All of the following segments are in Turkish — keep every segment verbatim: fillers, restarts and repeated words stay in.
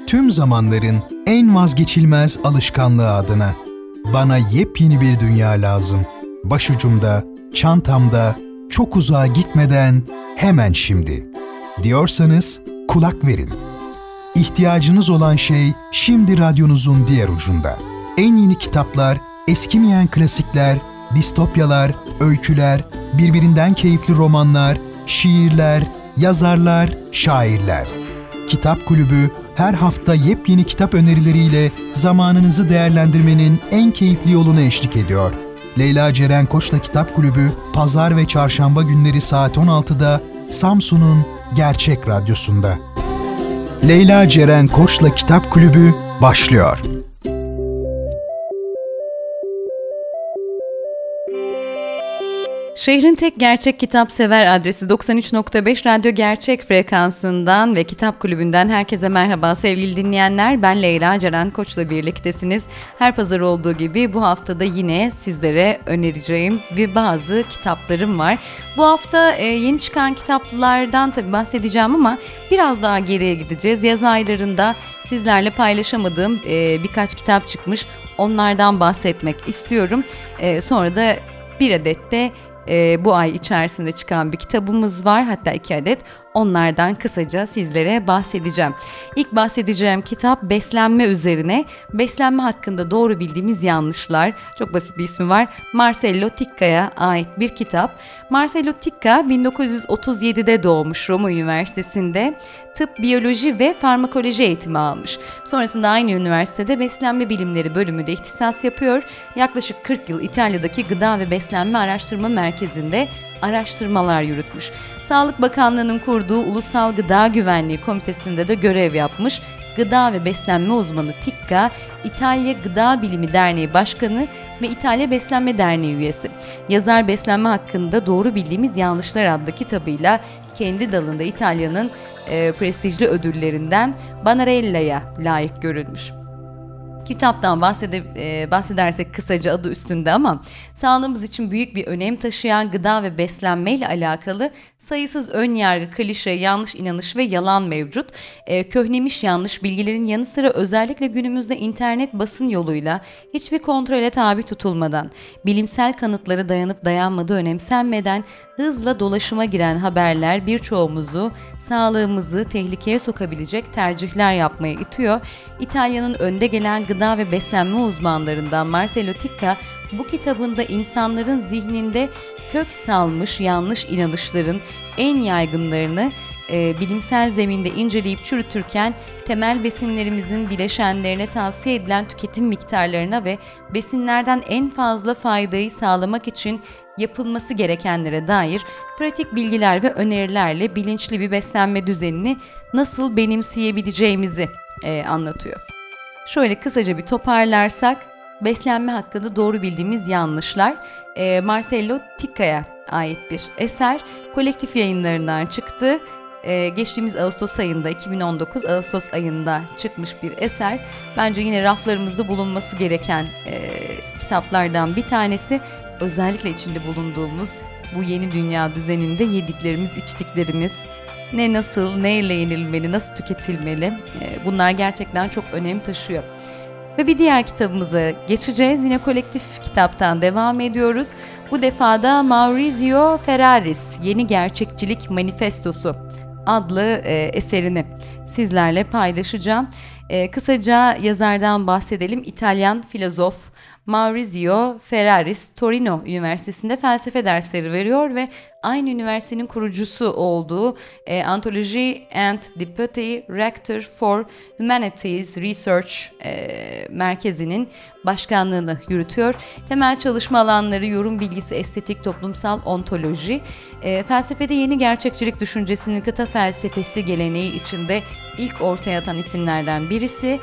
Tüm zamanların en vazgeçilmez alışkanlığı adına. Bana yepyeni bir dünya lazım. Başucumda, çantamda, çok uzağa gitmeden hemen şimdi. Diyorsanız kulak verin. İhtiyacınız olan şey şimdi radyonuzun diğer ucunda. En yeni kitaplar, eskimeyen klasikler, distopyalar, öyküler, birbirinden keyifli romanlar, şiirler, yazarlar, şairler. Kitap Kulübü her hafta yepyeni kitap önerileriyle zamanınızı değerlendirmenin en keyifli yoluna eşlik ediyor. Leyla Ceren Koç'la Kitap Kulübü, Pazar ve Çarşamba günleri saat on altıda Samsun'un Gerçek Radyosu'nda. Leyla Ceren Koç'la Kitap Kulübü başlıyor. Şehrin tek gerçek kitap sever adresi doksan üç nokta beş Radyo Gerçek frekansından ve Kitap Kulübü'nden herkese merhaba sevgili dinleyenler. Ben Leyla Ceren Koç'la birliktesiniz. Her pazar olduğu gibi bu haftada yine sizlere önereceğim bir bazı kitaplarım var. Bu hafta e, yeni çıkan kitaplardan tabii bahsedeceğim ama biraz daha geriye gideceğiz. Yaz aylarında sizlerle paylaşamadığım e, birkaç kitap çıkmış. Onlardan bahsetmek istiyorum. E, sonra da bir adet de Ee, bu ay içerisinde çıkan bir kitabımız var, hatta iki adet. Onlardan kısaca sizlere bahsedeceğim. İlk bahsedeceğim kitap beslenme üzerine. Beslenme hakkında doğru bildiğimiz yanlışlar. Çok basit bir ismi var. Marcello Ticca'ya ait bir kitap. Marcello Ticca bin dokuz yüz otuz yedide doğmuş, Roma Üniversitesi'nde tıp, biyoloji ve farmakoloji eğitimi almış. Sonrasında aynı üniversitede beslenme bilimleri bölümünde ihtisas yapıyor. Yaklaşık kırk yıl İtalya'daki Gıda ve Beslenme Araştırma Merkezi'nde araştırmalar yürütmüş. Sağlık Bakanlığı'nın kurduğu Ulusal Gıda Güvenliği Komitesi'nde de görev yapmış. Gıda ve beslenme uzmanı Ticca, İtalya Gıda Bilimi Derneği Başkanı ve İtalya Beslenme Derneği üyesi. Yazar beslenme hakkında doğru bildiğimiz yanlışlar adlı kitabıyla kendi dalında İtalya'nın e, prestijli ödüllerinden Banarella'ya layık görülmüş. Kitaptan bahsede, e, bahsedersek kısaca adı üstünde ama sağlığımız için büyük bir önem taşıyan gıda ve beslenme ile alakalı sayısız ön yargı, klişe, yanlış inanış ve yalan mevcut. E, köhnemiş yanlış bilgilerin yanı sıra özellikle günümüzde internet basın yoluyla hiçbir kontrole tabi tutulmadan, bilimsel kanıtlara dayanıp dayanmadığı önemsenmeden hızla dolaşıma giren haberler birçoğumuzu sağlığımızı tehlikeye sokabilecek tercihler yapmaya itiyor. İtalya'nın önde gelen gıda ve beslenme uzmanlarından Marcello Ticca bu kitabında insanların zihninde kök salmış yanlış inanışların en yaygınlarını e, bilimsel zeminde inceleyip çürütürken temel besinlerimizin bileşenlerine tavsiye edilen tüketim miktarlarına ve besinlerden en fazla faydayı sağlamak için yapılması gerekenlere dair pratik bilgiler ve önerilerle bilinçli bir beslenme düzenini nasıl benimseyebileceğimizi e, anlatıyor. Şöyle kısaca bir toparlarsak, beslenme hakkında doğru bildiğimiz yanlışlar, e, Marcello Ticca'ya ait bir eser. Kolektif Yayınlarından çıktı. E, geçtiğimiz Ağustos ayında, iki bin on dokuz Ağustos ayında çıkmış bir eser. Bence yine raflarımızda bulunması gereken e, kitaplardan bir tanesi. Özellikle içinde bulunduğumuz bu yeni dünya düzeninde yediklerimiz, içtiklerimiz, ne nasıl, neyle yenilmeli, nasıl tüketilmeli, bunlar gerçekten çok önem taşıyor. Ve bir diğer kitabımıza geçeceğiz. Yine kolektif kitaptan devam ediyoruz. Bu defa da Maurizio Ferraris Yeni Gerçekçilik Manifestosu adlı e, eserini sizlerle paylaşacağım. E, kısaca yazardan bahsedelim. İtalyan filozof Maurizio Ferraris, Torino Üniversitesi'nde felsefe dersleri veriyor ve aynı üniversitenin kurucusu olduğu e, Anthology and Deputy Rector for Humanities Research e, Merkezi'nin başkanlığını yürütüyor. Temel çalışma alanları yorum bilgisi, estetik, toplumsal ontoloji. E, felsefede yeni gerçekçilik düşüncesinin kıta felsefesi geleneği içinde ilk ortaya atan isimlerden birisi.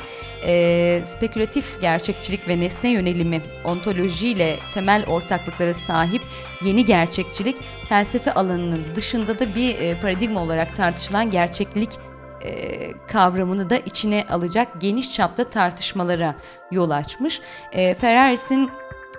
E, spekülatif gerçekçilik ve nesne yönelimi ontolojiyle temel ortaklıklara sahip yeni gerçekçilik, felsefe alanının dışında da bir e, paradigma olarak tartışılan gerçeklik e, kavramını da içine alacak geniş çapta tartışmalara yol açmış. E, Ferraris'in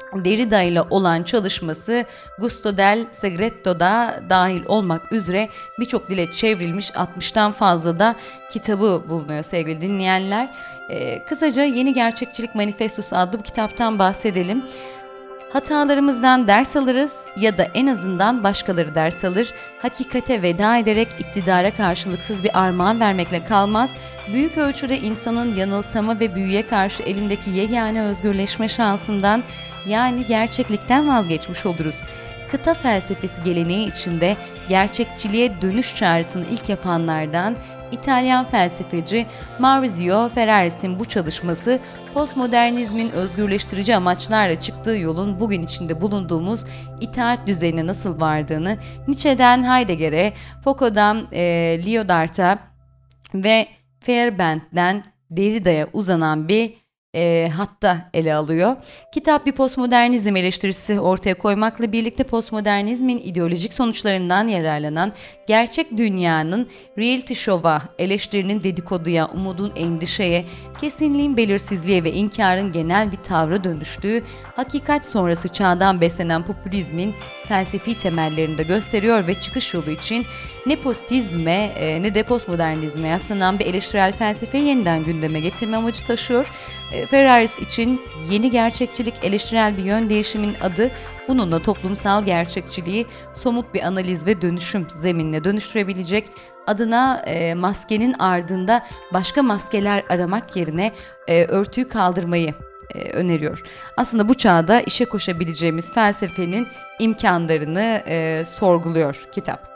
Derrida ile olan çalışması Gusto del Segretto'da dahil olmak üzere birçok dile çevrilmiş altmıştan fazla da kitabı bulunuyor sevgili dinleyenler. Ee, kısaca Yeni Gerçekçilik Manifestosu adlı bu kitaptan bahsedelim. Hatalarımızdan ders alırız ya da en azından başkaları ders alır. Hakikate veda ederek iktidara karşılıksız bir armağan vermekle kalmaz. Büyük ölçüde insanın yanılsama ve büyüye karşı elindeki yegane özgürleşme şansından, yani gerçeklikten vazgeçmiş oluruz. Kıta felsefesi geleneği içinde gerçekçiliğe dönüş çağrısını ilk yapanlardan İtalyan felsefeci Maurizio Ferraris'in bu çalışması, postmodernizmin özgürleştirici amaçlarla çıktığı yolun bugün içinde bulunduğumuz itaat düzeyine nasıl vardığını, Nietzsche'den Heidegger'e, Foucault'dan e, Lyotard'a ve Feyerabend'den Derrida'ya uzanan bir E, hatta ele alıyor. Kitap bir postmodernizm eleştirisi ortaya koymakla birlikte postmodernizmin ideolojik sonuçlarından yararlanan gerçek dünyanın reality show'a, eleştirinin dedikoduya, umudun endişeye, kesinliğin belirsizliğe ve inkarın genel bir tavra dönüştüğü hakikat sonrası çağdan beslenen popülizmin felsefi temellerini de gösteriyor ve çıkış yolu için ne pozitivizme e, ne de postmodernizme yaslanan bir eleştirel felsefeyi yeniden gündeme getirme amacı taşıyor. E, Ferraris için yeni gerçekçilik eleştirel bir yön değişimin adı, bununla toplumsal gerçekçiliği somut bir analiz ve dönüşüm zeminine dönüştürebilecek, adına e, maskenin ardında başka maskeler aramak yerine e, örtüyü kaldırmayı e, öneriyor. Aslında bu çağda işe koşabileceğimiz felsefenin imkanlarını e, sorguluyor kitap.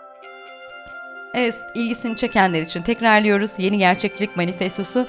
Evet, ilgisini çekenler için tekrarlıyoruz. Yeni Gerçekçilik Manifestosu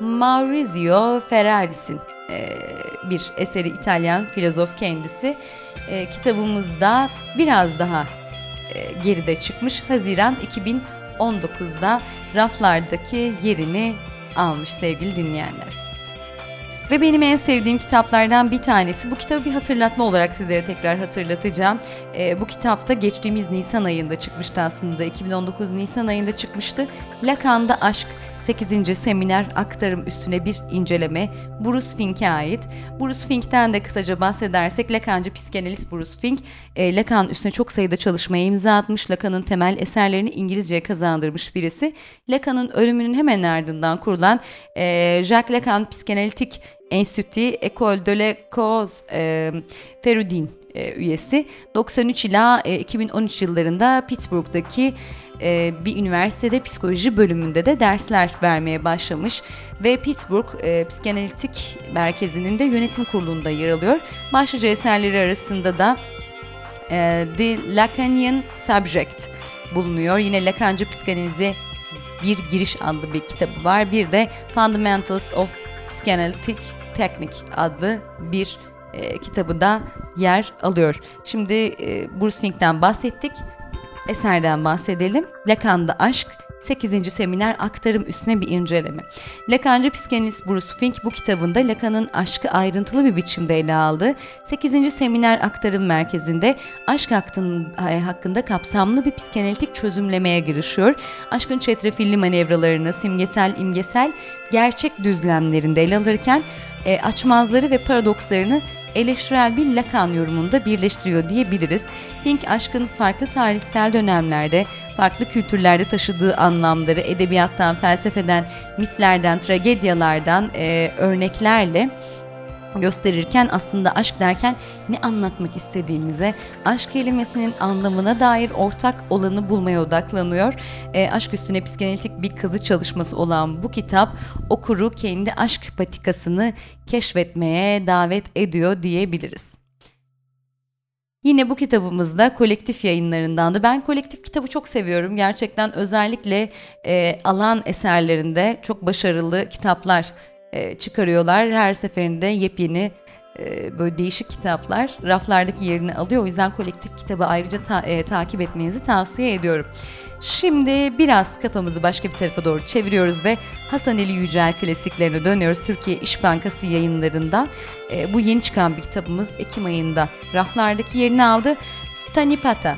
Maurizio Ferraris'in e, bir eseri, İtalyan filozof kendisi. E, kitabımızda biraz daha e, geride çıkmış. Haziran iki bin on dokuzda raflardaki yerini almış sevgili dinleyenler. Ve benim en sevdiğim kitaplardan bir tanesi. Bu kitabı bir hatırlatma olarak sizlere tekrar hatırlatacağım. E, bu kitapta geçtiğimiz Nisan ayında çıkmıştı aslında. iki bin on dokuz Nisan ayında çıkmıştı. Lacan'da Aşk sekizinci Seminer Aktarım Üstüne bir inceleme, Bruce Fink'e ait. Bruce Fink'ten de kısaca bahsedersek, Lacancı psikanalist Bruce Fink, e, Lacan üstüne çok sayıda çalışmaya imza atmış. Lacan'ın temel eserlerini İngilizceye kazandırmış birisi. Lacan'ın ölümünün hemen ardından kurulan e, Jacques Lacan Psikanalitik Enstitü, École de la Cause e, Ferudin e, üyesi. doksan üç ila e, iki bin on üç yıllarında Pittsburgh'daki e, bir üniversitede psikoloji bölümünde de dersler vermeye başlamış ve Pittsburgh e, Psikanalitik Merkezi'nin de yönetim kurulunda yer alıyor. Başlıca eserleri arasında da e, The Lacanian Subject bulunuyor. Yine Lacancı Psikanalize Bir Giriş adlı bir kitabı var. Bir de Fundamentals of Psychoanalytic Technique adlı bir e, kitabı da yer alıyor. Şimdi e, Bruce Fink'ten bahsettik. Eserden bahsedelim. Lacan'da Aşk sekizinci Seminer Aktarım Üstüne bir inceleme. Lacancı psikanalist Bruce Fink bu kitabında Lacan'ın aşkı ayrıntılı bir biçimde ele aldı. sekizinci Seminer Aktarım Merkezi'nde aşk hakkında kapsamlı bir psikanalitik çözümlemeye girişiyor. Aşkın çetrefilli manevralarını simgesel, imgesel, gerçek düzlemlerinde ele alırken e, açmazları ve paradokslarını eleştirel bir Lacan yorumunda birleştiriyor diyebiliriz. Fink, aşkın farklı tarihsel dönemlerde, farklı kültürlerde taşıdığı anlamları edebiyattan, felsefeden, mitlerden, tragedyalardan e, örneklerle gösterirken aslında aşk derken ne anlatmak istediğimize, aşk kelimesinin anlamına dair ortak olanı bulmaya odaklanıyor. E, aşk üstüne psikanalitik bir kazı çalışması olan bu kitap okuru kendi aşk patikasını keşfetmeye davet ediyor diyebiliriz. Yine bu kitabımızda Kolektif Yayınlarındandı. Ben Kolektif kitabı çok seviyorum. Gerçekten özellikle e, alan eserlerinde çok başarılı kitaplar e, çıkarıyorlar. Her seferinde yepyeni e, böyle değişik kitaplar raflardaki yerini alıyor. O yüzden Kolektif kitabı ayrıca ta, e, takip etmenizi tavsiye ediyorum. Şimdi biraz kafamızı başka bir tarafa doğru çeviriyoruz ve Hasan Ali Yücel klasiklerine dönüyoruz. Türkiye İş Bankası yayınlarından. E, bu yeni çıkan bir kitabımız Ekim ayında raflardaki yerini aldı. Stanipata.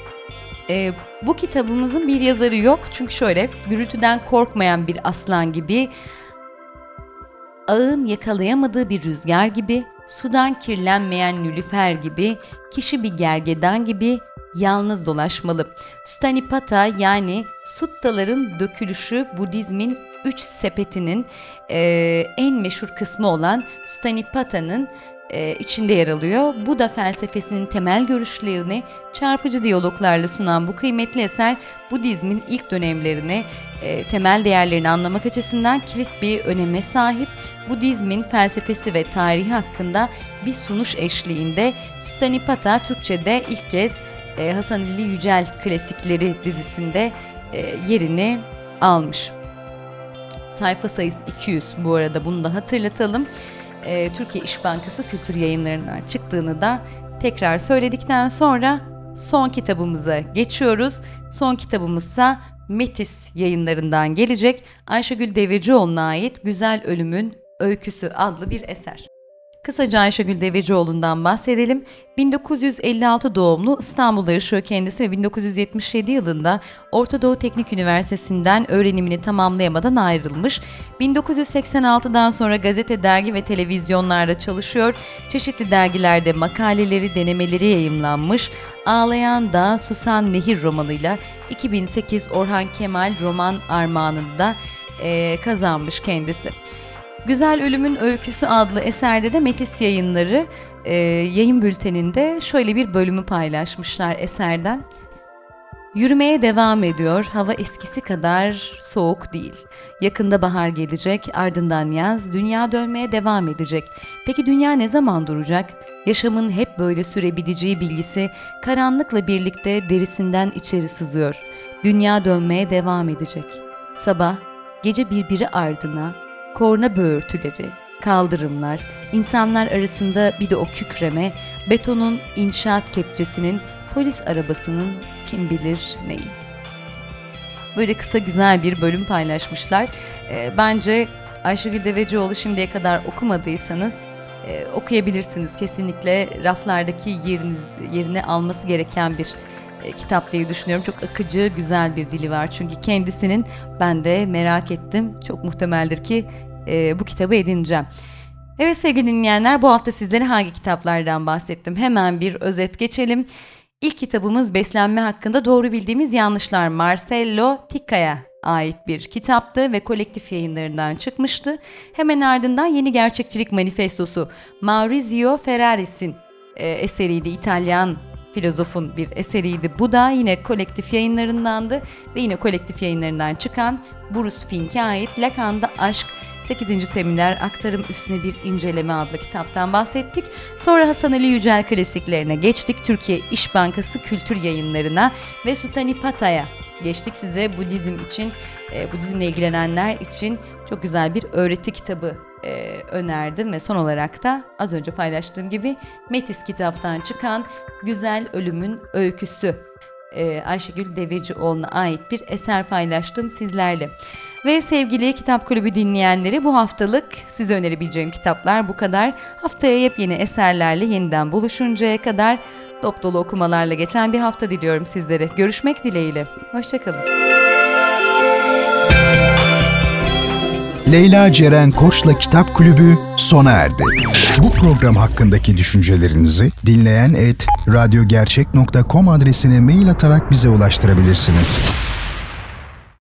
E, bu kitabımızın bir yazarı yok. Çünkü şöyle, gürültüden korkmayan bir aslan gibi ağın yakalayamadığı bir rüzgar gibi, sudan kirlenmeyen nülüfer gibi, kişi bir gergedan gibi yalnız dolaşmalı. Sutanipata yani suttaların dökülüşü Budizmin üç sepetinin e, en meşhur kısmı olan Sutanipata'nın e, içinde yer alıyor. Buda felsefesinin temel görüşlerini çarpıcı diyaloglarla sunan bu kıymetli eser Budizmin ilk dönemlerini, e, temel değerlerini anlamak açısından kilit bir öneme sahip. Budizmin felsefesi ve tarihi hakkında bir sunuş eşliğinde Sutanipata Türkçe'de ilk kez e, Hasan Ali Yücel Klasikleri dizisinde e, yerini almış. Sayfa sayısı iki yüz, bu arada bunu da hatırlatalım. E, Türkiye İş Bankası Kültür Yayınları'ndan çıktığını da tekrar söyledikten sonra son kitabımıza geçiyoruz. Son kitabımızsa Metis Yayınları'ndan gelecek. Ayşegül Devecioğlu'na ait Güzel Ölümün Öyküsü adlı bir eser. Kısaca Ayşegül Devecioğlu'ndan bahsedelim. bin dokuz yüz elli altı doğumlu, İstanbul'da yaşıyor kendisi ve bin dokuz yüz yetmiş yedi yılında Orta Doğu Teknik Üniversitesi'nden öğrenimini tamamlayamadan ayrılmış. bin dokuz yüz seksen altıdan sonra gazete, dergi ve televizyonlarda çalışıyor. Çeşitli dergilerde makaleleri, denemeleri yayımlanmış. Ağlayan Dağ, Susan Nehir romanıyla iki bin sekiz Orhan Kemal roman armağanını da e, kazanmış kendisi. Güzel Ölümün Öyküsü adlı eserde de Metis Yayınları e, yayın bülteninde şöyle bir bölümü paylaşmışlar eserden. Yürümeye devam ediyor, hava eskisi kadar soğuk değil. Yakında bahar gelecek, ardından yaz, dünya dönmeye devam edecek. Peki dünya ne zaman duracak? Yaşamın hep böyle sürebileceği bilgisi karanlıkla birlikte derisinden içeri sızıyor. Dünya dönmeye devam edecek. Sabah, gece birbiri ardına, korna böğürtüleri, kaldırımlar, insanlar arasında bir de o kükreme, betonun, inşaat kepçesinin, polis arabasının kim bilir neyi. Böyle kısa güzel bir bölüm paylaşmışlar. E, bence Ayşegül Devecioğlu şimdiye kadar okumadıysanız e, okuyabilirsiniz. Kesinlikle raflardaki yeriniz, yerini alması gereken bir e, kitap diye düşünüyorum. Çok akıcı, güzel bir dili var. Çünkü kendisinin, ben de merak ettim. Çok muhtemeldir ki e, bu kitabı edineceğim. Evet sevgili dinleyenler, bu hafta sizlere hangi kitaplardan bahsettim? Hemen bir özet geçelim. İlk kitabımız beslenme hakkında doğru bildiğimiz yanlışlar. Marcello Ticca'ya ait bir kitaptı ve kolektif yayınlarından çıkmıştı. Hemen ardından Yeni Gerçekçilik Manifestosu, Maurizio Ferraris'in e, eseriydi. İtalyan filozofun bir eseriydi. Bu da yine kolektif yayınlarındandı ve yine kolektif yayınlarından çıkan Bruce Fink'e ait Lacan'da Aşk, sekizinci Seminer Aktarım Üstüne Bir İnceleme adlı kitaptan bahsettik. Sonra Hasan Ali Yücel klasiklerine geçtik. Türkiye İş Bankası Kültür Yayınları'na ve Sutanipata'ya geçtik. Size Budizm için, e, Budizmle ilgilenenler için çok güzel bir öğreti kitabı e, önerdim ve son olarak da az önce paylaştığım gibi Metis kitaptan çıkan Güzel Ölümün Öyküsü, e, Ayşegül Devecioğlu'na ait bir eser paylaştım sizlerle. Ve sevgili Kitap Kulübü dinleyenleri, bu haftalık size önerebileceğim kitaplar bu kadar. Haftaya yepyeni eserlerle yeniden buluşuncaya kadar dop dolu okumalarla geçen bir hafta diliyorum sizlere. Görüşmek dileğiyle. Hoşçakalın. Leyla Ceren Koç'la Kitap Kulübü sona erdi. Bu program hakkındaki düşüncelerinizi dinleyen et radyogercek nokta com adresine mail atarak bize ulaştırabilirsiniz.